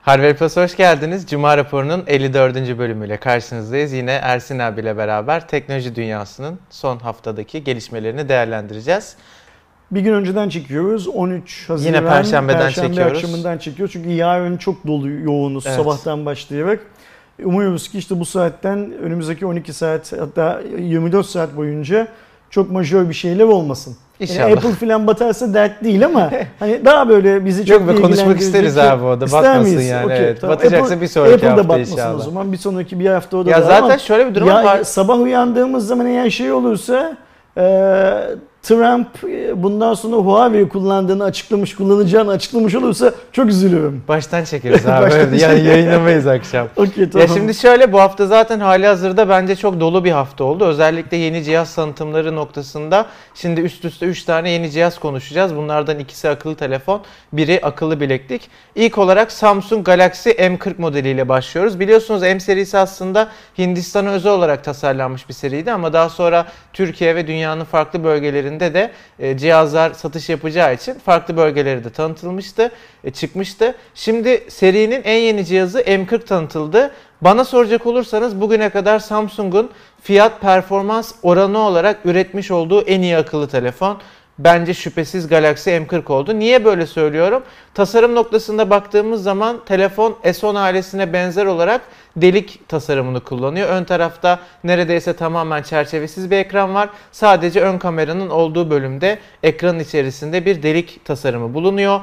Harvard Plus hoş geldiniz. Cuma raporunun 54. bölümüyle karşınızdayız. Yine Ersin abiyle beraber teknoloji dünyasının son haftadaki gelişmelerini değerlendireceğiz. Bir gün önceden çekiyoruz. 13 Haziran. Yine Perşembe çekiyoruz. Akşamından çekiyoruz. Çünkü yarın çok dolu yoğunuz sabahtan başlayarak. Umuyoruz ki işte bu saatten önümüzdeki 12 saat hatta 24 saat boyunca çok majör bir şeyler olmasın. İnşallah. Yani Apple filan batarsa dert değil ama hani daha böyle bizi çok ilgilendirecek. Yok be, konuşmak isteriz abi o da. Batmasın yani. Okay, evet. Tamam. Batacaksa bir sonraki hafta Apple'da inşallah. batmasın o zaman. Bir sonraki bir hafta o da ya var zaten ama şöyle bir durum var. Sabah uyandığımız zaman eğer şey olursa Trump bundan sonra Huawei kullanacağını açıklamış olursa çok üzülürüm. Baştan çekeriz abi. Yani yayınlamayız akşam. Okay, tamam. Ya şimdi şöyle, bu hafta zaten halihazırda bence çok dolu bir hafta oldu. Özellikle yeni cihaz tanıtımları noktasında şimdi üst üste 3 tane yeni cihaz konuşacağız. Bunlardan ikisi akıllı telefon, biri akıllı bileklik. İlk olarak Samsung Galaxy M40 modeliyle başlıyoruz. Biliyorsunuz M serisi aslında Hindistan'a özel olarak tasarlanmış bir seriydi ama daha sonra Türkiye ve dünyanın farklı bölgelerinde de cihazlar satış yapacağı için farklı bölgelerde tanıtılmıştı, çıkmıştı. Şimdi serinin en yeni cihazı M40 tanıtıldı. Bana soracak olursanız bugüne kadar Samsung'un fiyat performans oranı olarak üretmiş olduğu en iyi akıllı telefon bence şüphesiz Galaxy M40 oldu. Niye böyle söylüyorum? Tasarım noktasında baktığımız zaman telefon S10 ailesine benzer olarak delik tasarımını kullanıyor. Ön tarafta neredeyse tamamen çerçevesiz bir ekran var. Sadece ön kameranın olduğu bölümde ekranın içerisinde bir delik tasarımı bulunuyor.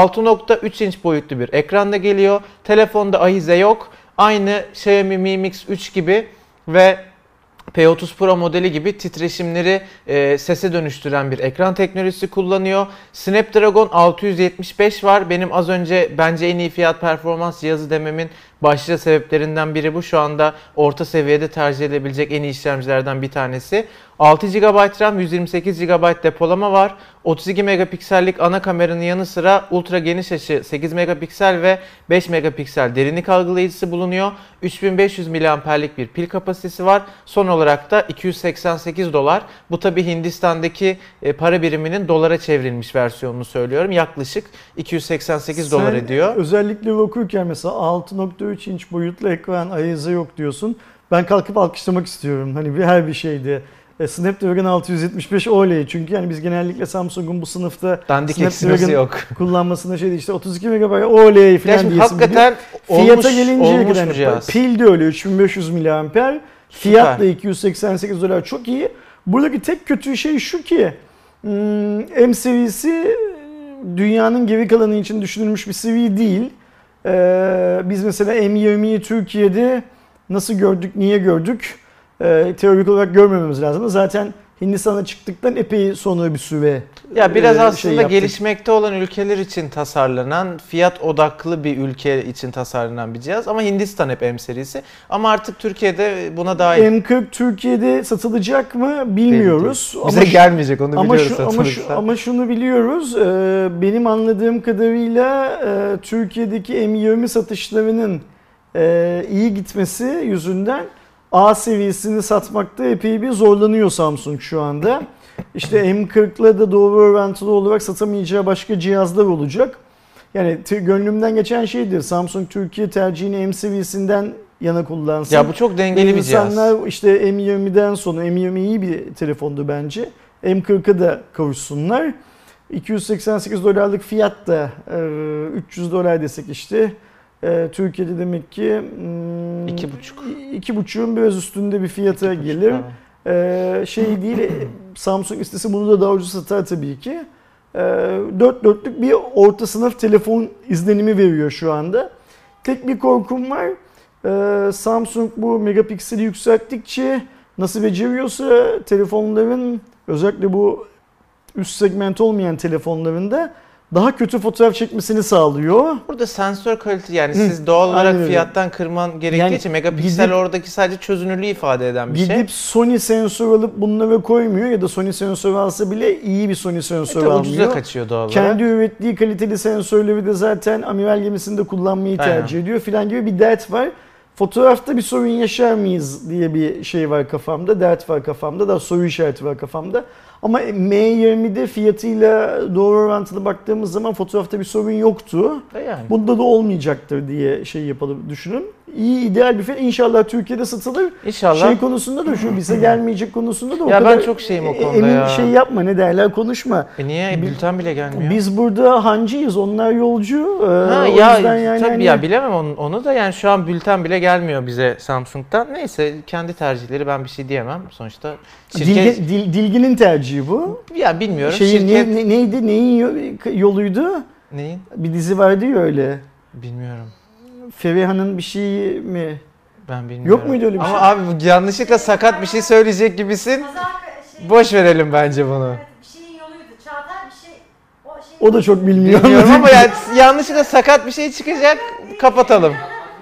6.3 inç boyutlu bir ekranda geliyor. Telefonda ahize yok. Aynı Xiaomi Mi Mix 3 gibi ve P30 Pro modeli gibi titreşimleri sese dönüştüren bir ekran teknolojisi kullanıyor. Snapdragon 675 var. Benim az önce bence en iyi fiyat performans cihazı dememin başlıca sebeplerinden biri bu. Şu anda orta seviyede tercih edilebilecek en iyi işlemcilerden bir tanesi. 6 GB RAM, 128 GB depolama var. 32 megapiksellik ana kameranın yanı sıra ultra geniş açı 8 megapiksel ve 5 megapiksel derinlik algılayıcısı bulunuyor. 3500 mAh'lik bir pil kapasitesi var. Son olarak da $288. Bu tabi Hindistan'daki para biriminin dolara çevrilmiş versiyonunu söylüyorum. Yaklaşık $288 ediyor. Özellikle okurken mesela 6.3 inç boyutlu ekran, ahize yok diyorsun. Ben kalkıp alkışlamak istiyorum. Hani her bir şeyde. Snapdragon 675 oley. Çünkü yani biz genellikle Samsung'un bu sınıfta dandik Snapdragon yok kullanmasına işte 32 MB oley falan diyesin. Hakikaten fiyata gelinceye kadar pil de öyle 3500 mAh. Fiyatla $288 çok iyi. Buradaki tek kötü şey şu ki M serisi dünyanın geri kalanı için düşünülmüş bir seviye değil. Biz mesela M20'yi Türkiye'de nasıl gördük, niye gördük? Teorik olarak görmememiz lazım. Zaten Hindistan'a çıktıktan epey sonra bir süre biraz aslında gelişmekte olan ülkeler için tasarlanan, fiyat odaklı bir ülke için tasarlanan bir cihaz ama Hindistan hep M serisi. Ama artık Türkiye'de buna dahil. M40 Türkiye'de satılacak mı bilmiyoruz. Bize gelmeyecek, onu biliyoruz. Ama şunu biliyoruz. Benim anladığım kadarıyla Türkiye'deki M20 satışlarının iyi gitmesi yüzünden A seviyesini satmakta epey bir zorlanıyor Samsung şu anda. İşte M40'la da doğru orantılı olarak satamayacağı başka cihazlar olacak. Yani gönlümden geçen şeydir. Samsung Türkiye tercihini M seviyesinden yana kullansın. Ya bu çok dengeli bir cihaz. İnsanlar işte M20'den sonra, M20 iyi bir telefondu bence. M40'a da kavuşsunlar. $288 fiyat da $300 desek işte. Türkiye'de demek ki 2,5'un biraz üstünde bir fiyata gelir. Şey değil, Samsung istese bunu da daha ucuz satar tabii ki. Dört dörtlük bir orta sınıf telefon izlenimi veriyor şu anda. Tek bir korkum var. Samsung bu megapikseli yükselttikçe nasıl beceriyorsa telefonların, özellikle bu üst segment olmayan telefonlarında daha kötü fotoğraf çekmesini sağlıyor. Burada sensör kalitesi, yani siz doğal olarak fiyattan kırman gerektiği için megapiksel oradaki sadece çözünürlüğü ifade eden bir şey. Gidip Sony sensör alıp bunlara koymuyor ya da Sony sensör alsa bile iyi bir Sony sensör almıyor. Ucuza kaçıyor doğal olarak. Kendi ürettiği kaliteli sensörleri de zaten amiral gemisinde kullanmayı tercih ediyor filan gibi bir dert var. Fotoğrafta bir sorun yaşar mıyız diye bir şey var kafamda, dert var kafamda, daha soru işareti var kafamda. Ama M20'de fiyatıyla doğru orantılı baktığımız zaman fotoğrafta bir sorun yoktu. Yani. Bunda da olmayacaktır diye yapalım düşünün. İyi, ideal bir fiyat. İnşallah Türkiye'de satılır. İnşallah. Şey konusunda da şu bize gelmeyecek konusunda da o ya kadar ben çok şeyim o konuda emin ya. Yapma, ne derler, konuşma. Niye? Bülten bile gelmiyor. Biz burada hancıyız, onlar yolcu. Ha, o ya yüzden yani tabii hani... ya bilemem onu da, yani şu an bülten bile gelmiyor bize Samsung'dan. Neyse, kendi tercihleri, ben bir şey diyemem. Sonuçta şirket... Dilgin'in tercihi bu. Ya bilmiyorum. Neydi? Neyin yoluydu? Neyin? Bir dizi vardı ya öyle. Bilmiyorum. Feriha'nın bir şeyi mi? Ben bilmiyorum. Yok muydu öyle bir şey? Ama abi yanlışlıkla sakat bir şey söyleyecek gibisin. Boş verelim bence bunu. Evet, bir şeyin yoluydu. Çağatay bir şey... O da çok bilmiyor. Bilmiyorum ama yani yanlışlıkla sakat bir şey çıkacak, kapatalım.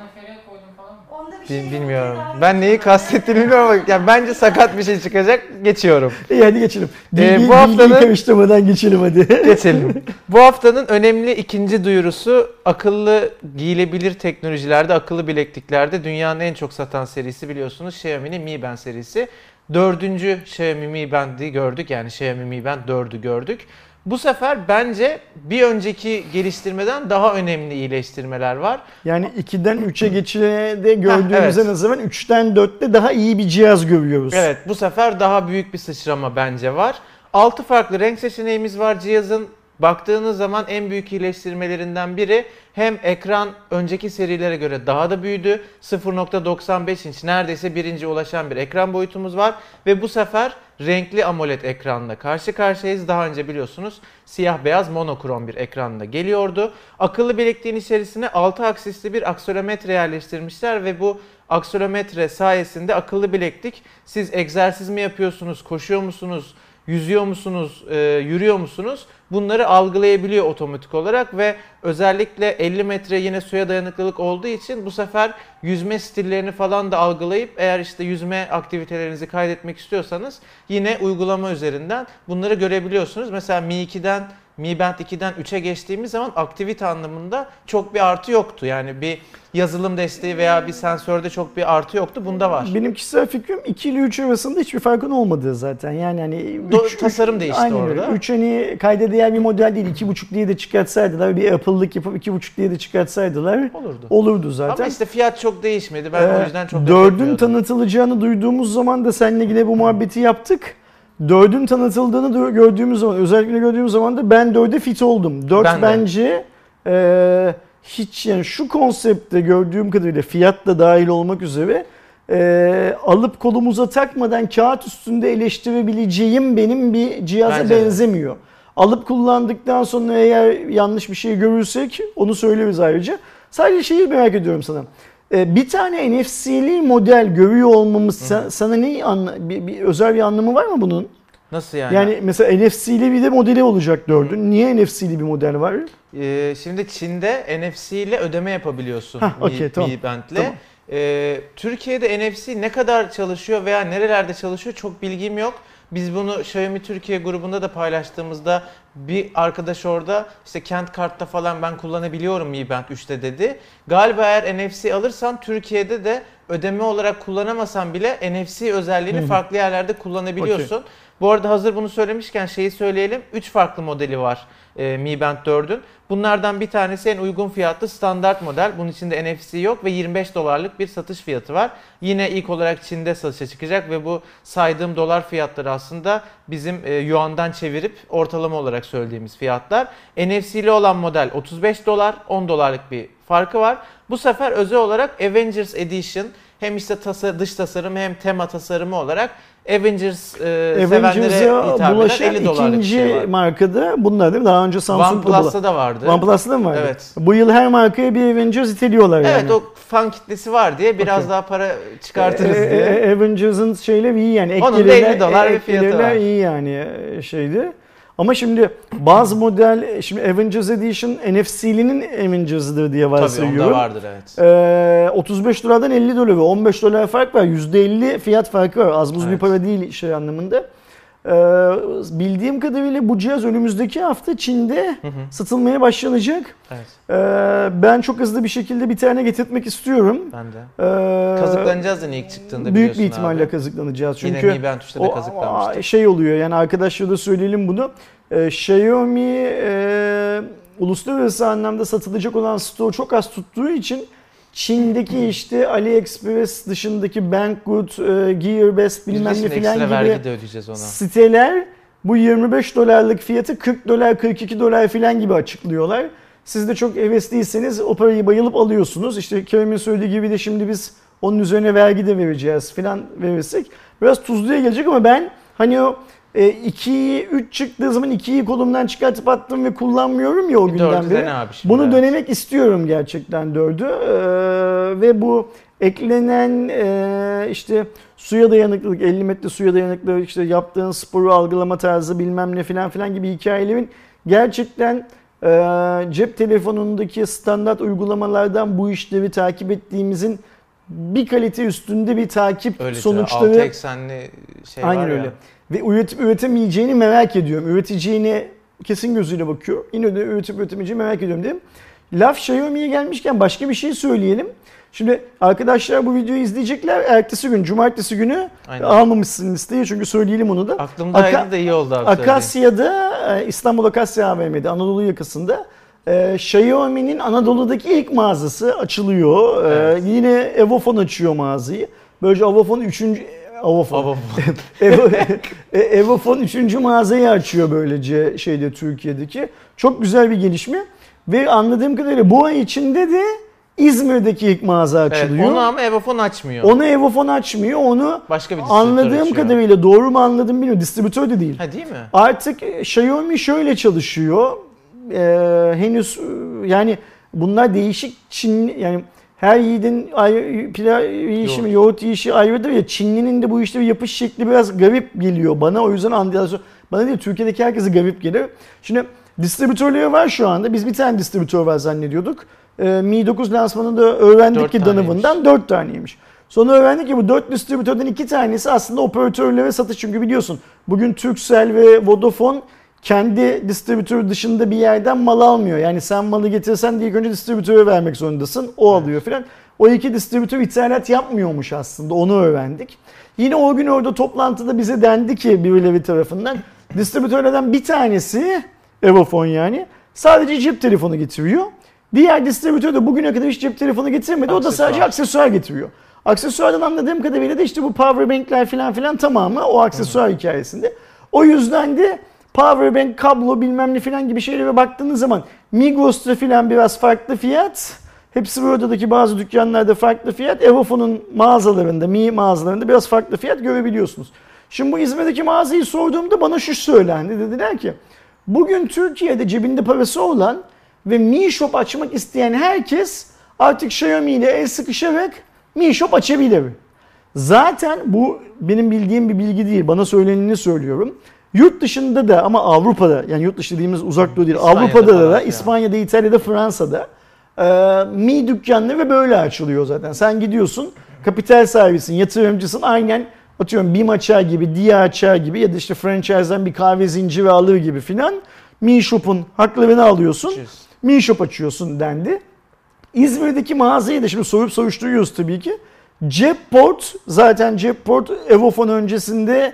Onda bir şey Bilmiyorum. Ben neyi kastettiğini bilmiyorum ama yani bence sakat bir şey çıkacak. Geçiyorum. İyi, hadi geçelim. Bu haftanın... karıştırmadan geçelim hadi. Geçelim. Bu haftanın önemli ikinci duyurusu, akıllı giyilebilir teknolojilerde, akıllı bilekliklerde dünyanın en çok satan serisi biliyorsunuz Xiaomi'nin Mi Band serisi. 4. Xiaomi Mi Band'i gördük, yani Xiaomi Mi Band 4'ü gördük. Bu sefer bence bir önceki geliştirmeden daha önemli iyileştirmeler var. Yani 2'den 3'e geçişte gördüğümüzde evet. nazaran 3'ten 4'te daha iyi bir cihaz görüyoruz. Evet, bu sefer daha büyük bir sıçrama bence var. 6 farklı renk seçeneğimiz var cihazın. Baktığınız zaman en büyük iyileştirmelerinden biri, hem ekran önceki serilere göre daha da büyüdü. 0.95 inç, neredeyse birinci ulaşan bir ekran boyutumuz var. Ve bu sefer renkli AMOLED ekranla karşı karşıyayız. Daha önce biliyorsunuz siyah beyaz monokrom bir ekranla geliyordu. Akıllı bilekliğin içerisine 6 aksisli bir akselerometre yerleştirmişler ve bu akselerometre sayesinde akıllı bileklik, siz egzersiz mi yapıyorsunuz, koşuyor musunuz, yüzüyor musunuz, yürüyor musunuz? Bunları algılayabiliyor otomatik olarak ve özellikle 50 metre yine suya dayanıklılık olduğu için bu sefer yüzme stillerini falan da algılayıp, eğer işte yüzme aktivitelerinizi kaydetmek istiyorsanız yine uygulama üzerinden bunları görebiliyorsunuz. Mesela Mi Band 2'den 3'e geçtiğimiz zaman aktivite anlamında çok bir artı yoktu. Yani bir yazılım desteği veya bir sensörde çok bir artı yoktu. Bunda var. Benim kişisel fikrim 2 ile 3 arasında hiçbir farkın olmadığı zaten. Yani hani tasarım değişti aynen orada. Öyle. 3 hani kayda değer bir model değil. 2.5 diye de çıkartsaydılar, bir Apple'lık yapıp 2.5 diye de çıkartsaydılar olurdu zaten. Ama işte fiyat çok değişmedi. Ben o yüzden çok 4'ün tanıtılacağını duyduğumuz zaman da seninle yine bu muhabbeti yaptık. 4'ün tanıtıldığını gördüğümüz zaman, özellikle gördüğümüz zaman da ben 4'e fit oldum. 4 bence hiç, yani şu konseptte gördüğüm kadarıyla, fiyat da dahil olmak üzere, alıp kolumuza takmadan kağıt üstünde eleştirebileceğim benim bir cihaza bence benzemiyor. Alıp kullandıktan sonra eğer yanlış bir şey görürsek onu söyleriz ayrıca. Sadece şeyi merak ediyorum sana. Bir tane NFC'li model görüyor olmamız sana bir özel bir anlamı var mı bunun? Nasıl yani? Yani mesela NFC'li bir de modeli olacak 4'ün. Niye NFC'li bir model var? Şimdi Çin'de NFC ile ödeme yapabiliyorsun Mi Band'le. Tamam. Türkiye'de NFC ne kadar çalışıyor veya nerelerde çalışıyor çok bilgim yok. Biz bunu Xiaomi Türkiye grubunda da paylaştığımızda bir arkadaş orada işte Kent Kart'ta falan ben kullanabiliyorum Mi Band 3'te dedi. Galiba eğer NFC alırsan Türkiye'de de ödeme olarak kullanamasan bile NFC özelliğini farklı yerlerde kullanabiliyorsun. Okay. Bu arada hazır bunu söylemişken şeyi söyleyelim. 3 farklı modeli var Mi Band 4'ün. Bunlardan bir tanesi en uygun fiyatlı standart model. Bunun içinde NFC yok ve $25 bir satış fiyatı var. Yine ilk olarak Çin'de satışa çıkacak ve bu saydığım dolar fiyatları aslında bizim yuandan çevirip ortalama olarak söylediğimiz fiyatlar. NFC'li olan model $35, $10'lık bir farkı var. Bu sefer özel olarak Avengers Edition, hem işte dış tasarımı hem tema tasarımı olarak Avengers sevenlere hitap eden $50'lık bir şey var. Markada bunlar değil mi? Daha önce Samsung'da OnePlus'ta da vardı. OnePlus'ta da mı vardı? Evet. Bu yıl her markaya bir Avengers iteliyorlar yani. Evet, o fan kitlesi var diye biraz daha para çıkartırız diye. Avengers'ın şeyleri iyi yani. Onun da $50 bir fiyatı var. iyi yani şeydi. Ama şimdi bazı model, şimdi Avengers Edition NFC'linin Avengers'ıdır diye varsayıyorum. Tabii onda vardır, evet. $35'dan $50 ve $15 fark var. %50 fiyat farkı var. Az buz bir para değil şey anlamında. Bildiğim kadarıyla bu cihaz önümüzdeki hafta Çin'de satılmaya başlanacak. Evet. Ben çok hızlı bir şekilde bir tane getirtmek istiyorum. Ben de. Kazıklanacağız yine ilk çıktığında, büyük biliyorsun bir ihtimalle abi. kazıklanacağız. Çünkü yine Mi Band 3'te de kazıklanmıştık. şey oluyor yani, arkadaşlara da söyleyelim bunu. Xiaomi uluslararası anlamda satılacak olan store çok az tuttuğu için Çin'deki işte AliExpress dışındaki Banggood, Gearbest bilmem ne filan gibi siteler bu $25 fiyatı $40, $42 filan gibi açıklıyorlar. Siz de çok hevesliyseniz o parayı bayılıp alıyorsunuz. İşte Kerem'in söylediği gibi de şimdi biz onun üzerine vergi de vereceğiz filan verirsek biraz tuzluya gelecek ama ben hani o 2'yi 3 çıktığı zaman 2'yi kolumdan çıkartıp attım ve kullanmıyorum ya o günden beri. Bunu denemek istiyorum gerçekten 4'ü. Ve bu eklenen işte suya dayanıklılık, 50 metre suya dayanıklılık, işte yaptığın sporu algılama tarzı bilmem ne filan gibi hikayelerin gerçekten cep telefonundaki standart uygulamalardan bu işleri takip ettiğimizin bir kalite üstünde bir takip öyle sonuçları. 6 eksenli şey aynen var ya. öyle. Ve üretemeyeceğini merak ediyorum. Üreteceğine kesin gözüyle bakıyor. Yine de üretemeyeceğini merak ediyorum dedim. Laf Xiaomi'ye gelmişken başka bir şey söyleyelim. Şimdi arkadaşlar bu videoyu izleyecekler. Ertesi gün, cumartesi günü almamışsın listeyi çünkü söyleyelim onu da. Aklımdaydı da iyi oldu abi. Akasya'da, İstanbul Akasya AVM'de, Anadolu yakasında Xiaomi'nin Anadolu'daki ilk mağazası açılıyor. Evet. Yine Evofon açıyor mağazayı. Böylece Evofon 3. Evofon 3. mağazayı açıyor böylece Türkiye'deki. Çok güzel bir gelişme. Ve anladığım kadarıyla bu ay içinde de İzmir'deki ilk mağaza açılıyor. Evet, onu ama Evofon açmıyor. Onu Evofon açmıyor. Onu başka bir distribütör anladığım açıyor. Kadarıyla, doğru mu anladım bilmiyorum. Distribütör de değil. Ha, değil mi? Artık Xiaomi şöyle çalışıyor. Henüz yani bunlar değişik yani her yiğidin pilav yiyişi mi, yoğurt yiyişi ayrıdır ya. Çinlinin de bu işte yapış şekli biraz garip geliyor bana. O yüzden bana değil, Türkiye'deki herkese garip gelir. Şimdi distribütörleri var şu anda. Biz bir tane distribütör var zannediyorduk. Mi 9 lansmanında öğrendik ki Donovan'dan 4 taneymiş. Sonra öğrendik ki bu 4 distribütörden 2 tanesi aslında operatörlere satış. Çünkü biliyorsun bugün Turkcell ve Vodafone kendi distribütörü dışında bir yerden mal almıyor. Yani sen malı getirsen de ilk önce distribütöre vermek zorundasın. O alıyor filan. O iki distribütör ithalat yapmıyormuş aslında. Onu öğrendik. Yine o gün orada toplantıda bize dendi ki birileri tarafından distribütörlerden bir tanesi Evofon yani sadece cep telefonu getiriyor. Diğer distribütör de bugüne kadar hiç cep telefonu getirmedi. O da sadece aksesuar getiriyor. Aksesuardan anladığım kadarıyla da işte bu powerbankler filan tamamı o aksesuar hikayesinde. O yüzden de powerbank, kablo bilmem ne filan gibi şeylere baktığınız zaman Migros'ta filan biraz farklı fiyat. Hepsi buradaki bazı dükkanlarda farklı fiyat. Evofon'un mağazalarında, Mi mağazalarında biraz farklı fiyat görebiliyorsunuz. Şimdi bu İzmir'deki mağazayı sorduğumda bana şu söylendi. Dediler ki bugün Türkiye'de cebinde parası olan ve Mi Shop açmak isteyen herkes artık Xiaomi ile el sıkışarak Mi Shop açabilir. Zaten bu benim bildiğim bir bilgi değil. Bana söyleneni söylüyorum. Yurt dışında da ama Avrupa'da, yani yurt dışı dediğimiz uzak doğu değil, Avrupa'da da, İspanya'da, İtalya'da, Fransa'da Mi dükkanları ve böyle açılıyor zaten. Sen gidiyorsun, kapital sahibisin, yatırımcısın, aynen atıyorum BİM açar gibi, Dia açar gibi ya da işte franchise'den bir kahve zinciri alır gibi filan Mi Shop'un haklarını alıyorsun. Mi Shop açıyorsun dendi. İzmir'deki mağazayı da şimdi sorup soruşturuyoruz tabii ki. Ceport, zaten Ceport Evofon öncesinde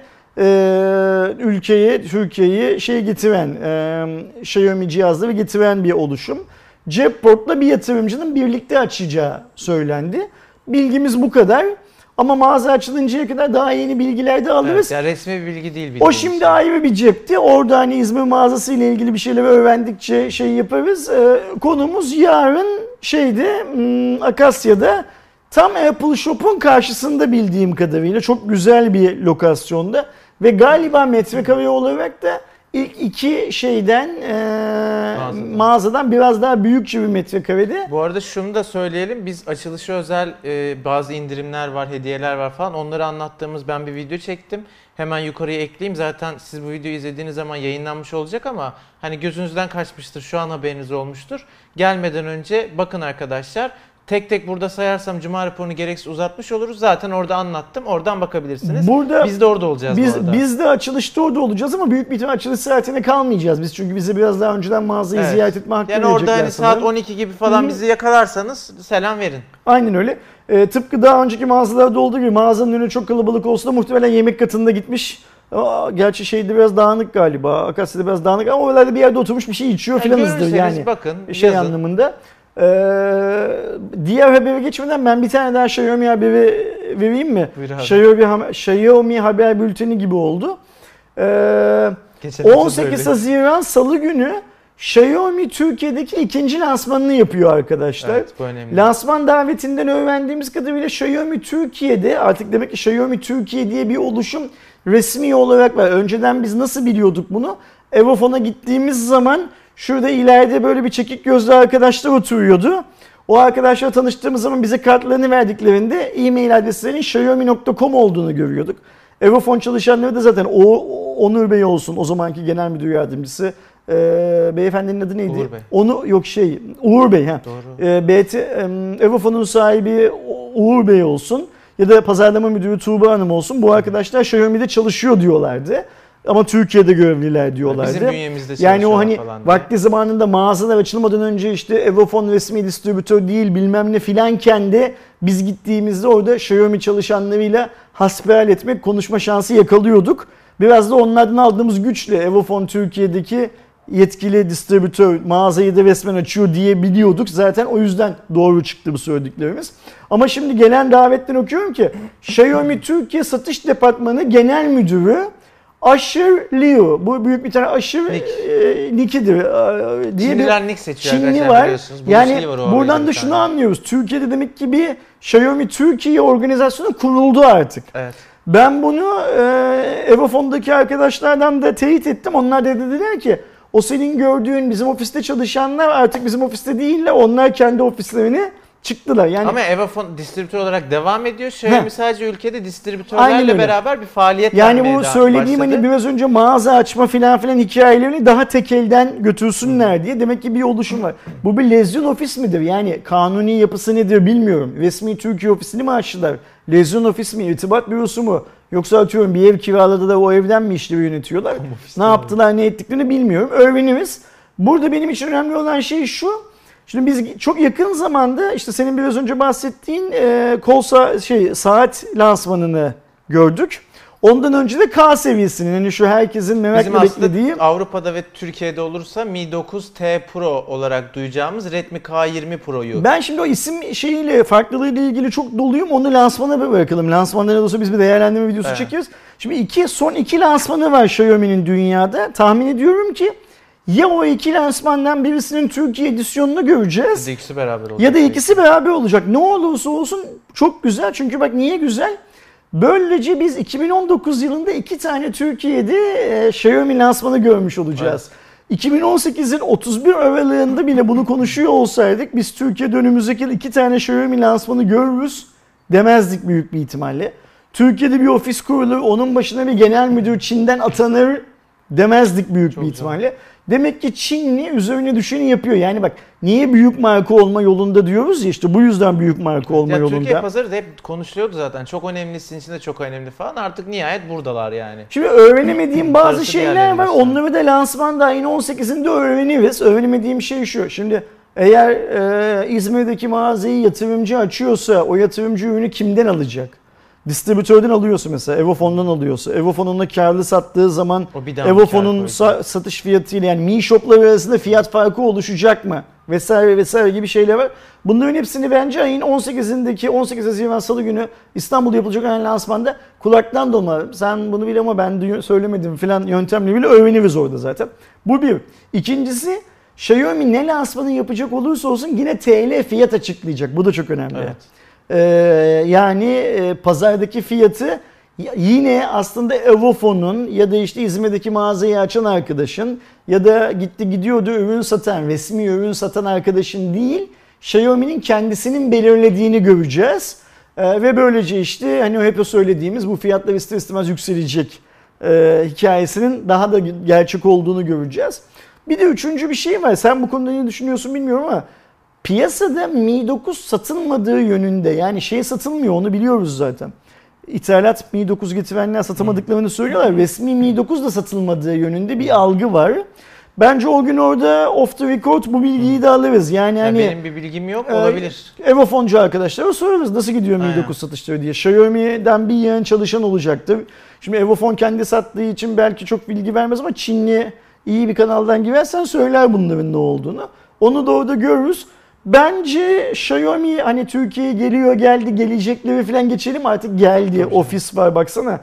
ülkeye, Türkiye'yi getiren, Xiaomi cihazları getiren bir oluşum. Cepport'la bir yatırımcının birlikte açacağı söylendi. Bilgimiz bu kadar. Ama mağaza açılıncaya kadar daha yeni bilgiler de alırız. Evet, yani resmi bir bilgi değil. O şimdi şey. Ayrı bir cepti. Orada hani İzmir mağazası ile ilgili bir şeyler öğrendikçe yaparız. Konumuz yarın Akasya'da tam Apple Shop'un karşısında bildiğim kadarıyla çok güzel bir lokasyonda ve galiba metrekare olarak da ilk iki mağazadan biraz daha büyükçe bir metrekarede. Bu arada şunu da söyleyelim. Biz açılışa özel bazı indirimler var, hediyeler var falan. Onları anlattığımız ben bir video çektim. Hemen yukarıya ekleyeyim. Zaten siz bu videoyu izlediğiniz zaman yayınlanmış olacak ama hani gözünüzden kaçmıştır. Şu an haberiniz olmuştur. Gelmeden önce bakın arkadaşlar. Tek tek burada sayarsam Cuma raporunu gereksiz uzatmış oluruz. Zaten orada anlattım. Oradan bakabilirsiniz. Biz de orada olacağız bu arada. Biz de açılışta orada olacağız ama büyük bir ihtimal açılış saatine kalmayacağız biz. Çünkü bize biraz daha önceden mağazayı ziyaret etme hakkı verecekler. Yani orada hani saat 12 gibi falan bizi yakalarsanız selam verin. Aynen öyle. Tıpkı daha önceki mağazalarda olduğu gibi mağazanın önü çok kalabalık olsa da muhtemelen yemek katında gitmiş. Gerçi şeyde biraz dağınık galiba. Akasya'da biraz dağınık ama oralarda bir yerde oturmuş bir şey içiyor filanızdır yani. Bakın, şey yazın. Anlamında. Diğer habere geçmeden ben bir tane daha Xiaomi haberi vereyim mi? Xiaomi haber bülteni gibi oldu. 18 Haziran Salı günü Xiaomi Türkiye'deki ikinci lansmanını yapıyor arkadaşlar. Evet, bu önemli. Lansman davetinden öğrendiğimiz kadarıyla Xiaomi Türkiye'de artık demek ki Xiaomi Türkiye diye bir oluşum resmi olarak var. Önceden biz nasıl biliyorduk bunu? Evofon'a gittiğimiz zaman şurada ileride böyle bir çekik gözlü arkadaşlar oturuyordu. O arkadaşlarla tanıştığımız zaman bize kartlarını verdiklerinde e-mail adreslerinin xiaomi.com olduğunu görüyorduk. Evofon çalışanları da zaten Onur Bey olsun, o zamanki genel müdür yardımcısı. Beyefendinin adı neydi? Uğur Bey. Uğur Bey. Doğru. Evofon'un sahibi Uğur Bey olsun ya da pazarlama müdürü Tuğba Hanım olsun. Bu arkadaşlar Xiaomi'de çalışıyor diyorlardı. Ama Türkiye'de görevliler diyorlardı. Bizim bünyemizde çalışıyor yani o hani falan vakti zamanında mağazalar açılmadan önce işte Evofon resmi distribütör değil bilmem ne filanken de biz gittiğimizde orada Xiaomi çalışanlarıyla hasbihal etmek, konuşma şansı yakalıyorduk. Biraz da onlardan aldığımız güçle Evofon Türkiye'deki yetkili distribütör mağazayı da resmen açıyor diye biliyorduk. Zaten o yüzden doğru çıktı bu söylediklerimiz. Ama şimdi gelen davetten okuyorum ki Xiaomi Türkiye Satış Departmanı Genel Müdürü Asher Liu. Bu büyük bir tane Asher Nick'idir. Çinliler Nick seçiyor Çinli arkadaşlar var. biliyorsunuz. Yani buradan da şunu anlıyoruz. Türkiye'de demek ki bir Xiaomi Türkiye organizasyonu kuruldu artık. Evet. Ben bunu Evofon'daki arkadaşlardan da teyit ettim. Onlar da dediler ki o senin gördüğün bizim ofiste çalışanlar artık bizim ofiste değiller. Onlar kendi ofislerini çıktılar. Yani ama Evofon distribütör olarak devam ediyor. Xiaomi sadece ülkede distribütörlerle beraber bir faaliyet yani bu söylediğim başladı. Hani biraz önce mağaza açma filan hikayelerini daha tekelden götürsünler diye demek ki bir oluşum var. Bu bir lezyon ofis midir? Yani kanuni yapısı nedir bilmiyorum. Resmi Türkiye ofisini mi açtılar? Lezyon ofis mi? İrtibat bürosu mu? Yoksa atıyorum bir ev kiraladı da o evden mi işleri yönetiyorlar? Ne yaptılar, ne ettiklerini bilmiyorum. Öğrenimiz. Burada benim için önemli olan şey şu. Şimdi biz çok yakın zamanda işte senin biraz önce bahsettiğin saat lansmanını gördük. Ondan önce de K seviyesinin yani şu herkesin merakla beklediği. Bizim Avrupa'da ve Türkiye'de olursa Mi 9T Pro olarak duyacağımız Redmi K20 Pro'yu. Ben şimdi o isim farklılığıyla ilgili çok doluyum. Onu lansmana bırakalım. Lansmanlara olsa biz bir değerlendirme videosu çekiyoruz. Şimdi son iki lansmanı var Xiaomi'nin dünyada. Tahmin ediyorum ki ya o iki lansmandan birisinin Türkiye edisyonunu göreceğiz. Ya da ikisi beraber olacak. Ya da ikisi beraber olacak. Ne olursa olsun çok güzel. Çünkü bak niye güzel? Böylece biz 2019 yılında iki tane Türkiye'de Xiaomi lansmanı görmüş olacağız. Evet. 2018'in 31 aralığında bile bunu konuşuyor olsaydık biz Türkiye'de önümüzdeki yıl iki tane Xiaomi lansmanı görürüz demezdik büyük bir ihtimalle. Türkiye'de bir ofis kurulur, onun başına bir genel müdür Çin'den atanır demezdik büyük çok bir ihtimalle. Güzel. Demek ki Çinli üzerine düşeni yapıyor. Yani bak niye büyük marka olma yolunda diyoruz ya işte bu yüzden büyük marka olma yolunda. Türkiye pazarı da hep konuşuluyordu zaten. Çok önemli, sizin için de çok önemli falan. Artık nihayet buradalar yani. Şimdi öğrenemediğim bazı şeyler var. Onları da lansmanda ayın 18'inde öğreniriz. Öğrenemediğim şey şu. Şimdi eğer İzmir'deki mağazayı yatırımcı açıyorsa o yatırımcı ürünü kimden alacak? Distribütörden alıyorsa mesela, Evofon'dan alıyorsa, Evofon'un karlı sattığı zaman Evofon'un satış fiyatıyla yani Mi Shop'lar arasında fiyat farkı oluşacak mı? Vesaire vesaire gibi şeyler var. Bunların hepsini bence ayın 18 Haziran Salı günü İstanbul'da yapılacak olan lansmanda kulaktan dolma. Sen bunu bil ama ben söylemedim falan yöntemle bile öğreniriz orada zaten. Bu bir. İkincisi Xiaomi ne lansmanı yapacak olursa olsun yine TL fiyat açıklayacak. Bu da çok önemli. Evet. Pazardaki fiyatı yine aslında Evofon'un ya da işte İzmir'deki mağazayı açan arkadaşın ya da gidiyordu ürün satan, resmi ürün satan arkadaşın değil, Xiaomi'nin kendisinin belirlediğini göreceğiz. Ve böylece işte hani hep söylediğimiz bu fiyatlar ister istemez yükselecek hikayesinin daha da gerçek olduğunu göreceğiz. Bir de üçüncü bir şey var. Sen bu konuda ne düşünüyorsun bilmiyorum ama piyasada Mi 9 satılmadığı yönünde, yani şey satılmıyor, onu biliyoruz zaten. İthalat Mi 9 getirenler satamadıklarını söylüyorlar. Resmi Mi 9 da satılmadığı yönünde bir algı var. Bence o gün orada off the record bu bilgiyi de alırız. Yani hani benim bir bilgim yok, olabilir. Evofoncu arkadaşlara sorarız nasıl gidiyor Mi 9 satışları diye. Xiaomi'den bir yığın çalışan olacaktır. Şimdi Evofon kendi sattığı için belki çok bilgi vermez ama Çinli iyi bir kanaldan girersen söyler bunların ne olduğunu. Onu da orada görürüz. Bence Xiaomi hani Türkiye'ye geliyor, geldi, gelecekleri falan geçelim, artık geldi. Tabii ofis var baksana.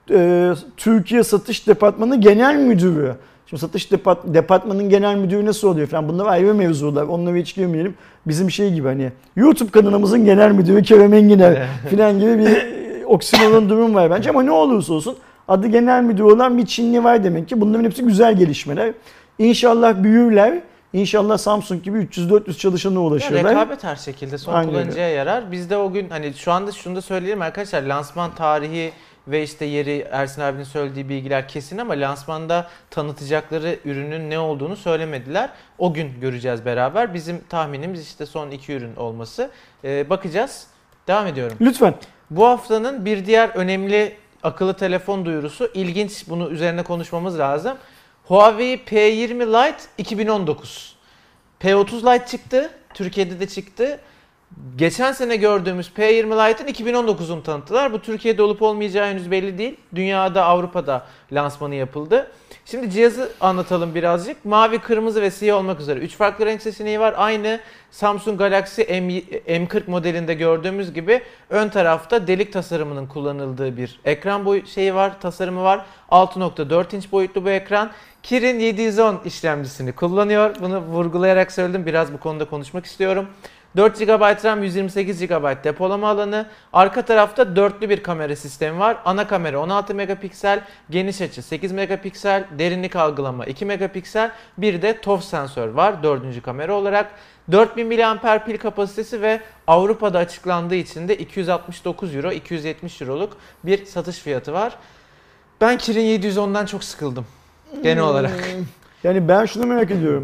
Türkiye Satış Departmanı Genel Müdürü. Şimdi satış departmanının genel müdürü nasıl oluyor falan, bunlar ayrı mevzular. Onlara hiç girmeyelim. Bizim şey gibi hani YouTube kanalımızın genel müdürü Kerem Enginer falan gibi bir oksimoron durum var bence. Ama ne olursa olsun adı genel müdür olan bir Çinli var demek ki. Bunların hepsi güzel gelişmeler. İnşallah büyürler. İnşallah Samsung gibi 300-400 çalışana ulaşıyorlar. Rekabet her şekilde son kullanıcıya yarar. Biz de o gün hani şu anda şunu da söyleyelim arkadaşlar, lansman tarihi ve işte yeri Ersin abinin söylediği bilgiler kesin ama lansmanda tanıtacakları ürünün ne olduğunu söylemediler. O gün göreceğiz beraber. Bizim tahminimiz işte son 2 ürün olması. Bakacağız. Devam ediyorum. Lütfen. Bu haftanın bir diğer önemli akıllı telefon duyurusu, ilginç, bunu üzerine konuşmamız lazım. Huawei P20 Lite 2019. P30 Lite çıktı. Türkiye'de de çıktı. Geçen sene gördüğümüz P20 Lite'ın 2019'unu tanıttılar. Bu Türkiye'de olup olmayacağı henüz belli değil. Dünyada, Avrupa'da lansmanı yapıldı. Şimdi cihazı anlatalım birazcık. Mavi, kırmızı ve siyah olmak üzere 3 farklı renk seçeneği var. Aynı Samsung Galaxy M40 modelinde gördüğümüz gibi ön tarafta delik tasarımının kullanıldığı bir ekran tasarımı var. 6.4 inç boyutlu bu ekran. Kirin 710 işlemcisini kullanıyor. Bunu vurgulayarak söyledim. Biraz bu konuda konuşmak istiyorum. 4 GB RAM, 128 GB depolama alanı. Arka tarafta dörtlü bir kamera sistemi var. Ana kamera 16 megapiksel, geniş açı 8 megapiksel, derinlik algılama 2 megapiksel. Bir de ToF sensör var 4. kamera olarak. 4000 mAh pil kapasitesi ve Avrupa'da açıklandığı için de 269 euro, 270 euroluk bir satış fiyatı var. Ben Kirin 710'dan çok sıkıldım genel olarak. Yani ben şunu merak ediyorum.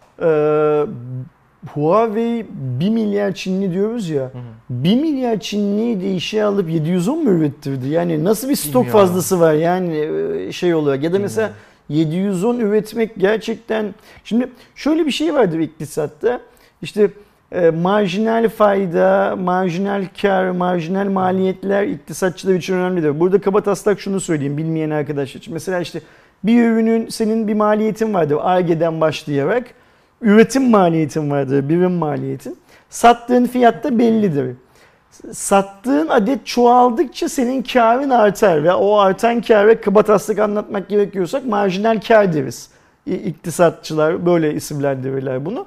Huawei 1 milyar Çinli diyoruz ya. 1 milyar Çinliyi de işe alıp 710 mu ürettirdi? Yani nasıl bir stok fazlası var yani şey olarak. Ya da mesela 710 üretmek gerçekten... Şimdi şöyle bir şey vardır iktisatta. İşte marjinal fayda, marjinal kar, marjinal maliyetler iktisatçılar için önemlidir. Burada kabataslak şunu söyleyeyim bilmeyen arkadaşlar için. Mesela işte bir ürünün senin bir maliyetin vardır Ar-Ge'den başlayarak. Üretim maliyetin vardır, birim maliyetin. Sattığın fiyat da bellidir. Sattığın adet çoğaldıkça senin karın artar ve o artan kâra kabataslak anlatmak gerekiyorsak marjinal kar deriz. İktisatçılar böyle isimlendirirler bunu.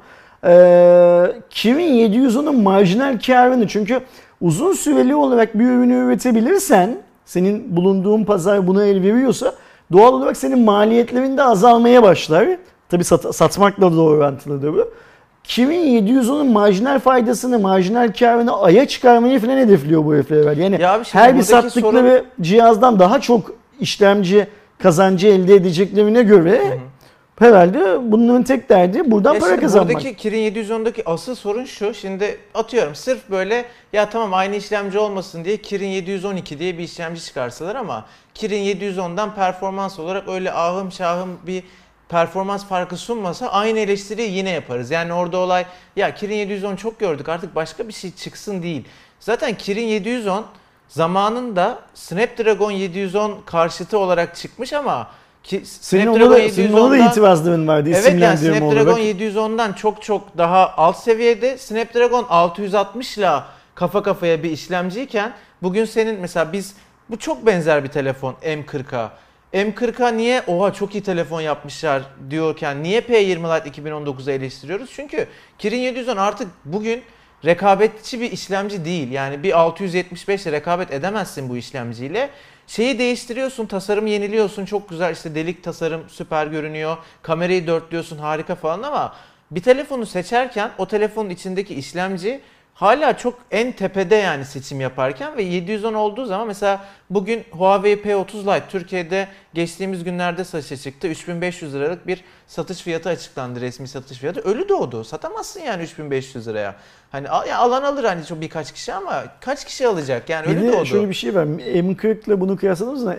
Kirin 710'un marjinal karını, çünkü uzun süreli olarak bir ürünü üretebilirsen, senin bulunduğun pazar buna el veriyorsa doğal olarak senin maliyetlerin de azalmaya başlar. Tabii satmakla da orantılıdır bu. Kirin 710'un marjinal faydasını, marjinal karını aya çıkarmayı falan hedefliyor bu herifler. Yani her bir sattıkları cihazdan daha çok işlemci kazancı elde edeceklerine göre herhalde bunların tek derdi buradan para kazanmak. Buradaki Kirin 710'daki asıl sorun şu. Şimdi atıyorum sırf böyle ya tamam aynı işlemci olmasın diye Kirin 712 diye bir işlemci çıkarsalar ama Kirin 710'dan performans olarak öyle ahım şahım bir performans farkı sunmasa aynı eleştiriyi yine yaparız. Yani orada olay ya Kirin 710 çok gördük artık başka bir şey çıksın değil. Zaten Kirin 710 zamanında Snapdragon 710 karşıtı olarak çıkmış ama Snapdragon 710'dan da itirazların vardı isimlendirme olarak. Snapdragon 710'dan çok daha alt seviyede. Snapdragon 660 ile kafa kafaya bir işlemciyken bugün senin mesela bu çok benzer bir telefon M40'a. M40'a niye oha çok iyi telefon yapmışlar diyorken niye P20 Lite 2019'u eleştiriyoruz? Çünkü Kirin 710 artık bugün rekabetçi bir işlemci değil. Yani bir 675 ile rekabet edemezsin bu işlemciyle. Şeyi değiştiriyorsun, tasarım yeniliyorsun, çok güzel işte delik tasarım süper görünüyor. Kamerayı dörtlüyorsun harika falan ama bir telefonu seçerken o telefonun içindeki işlemci hala çok en tepede yani seçim yaparken ve 710 olduğu zaman mesela bugün Huawei P30 Lite Türkiye'de geçtiğimiz günlerde satışa çıktı. 3500 liralık bir satış fiyatı açıklandı, resmi satış fiyatı. Ölü doğdu. Satamazsın yani 3500 liraya. Hani alan alır hani çok birkaç kişi ama kaç kişi alacak yani ölü doğdu. Şöyle bir şey var. M40 ile bunu kıyasladığımızda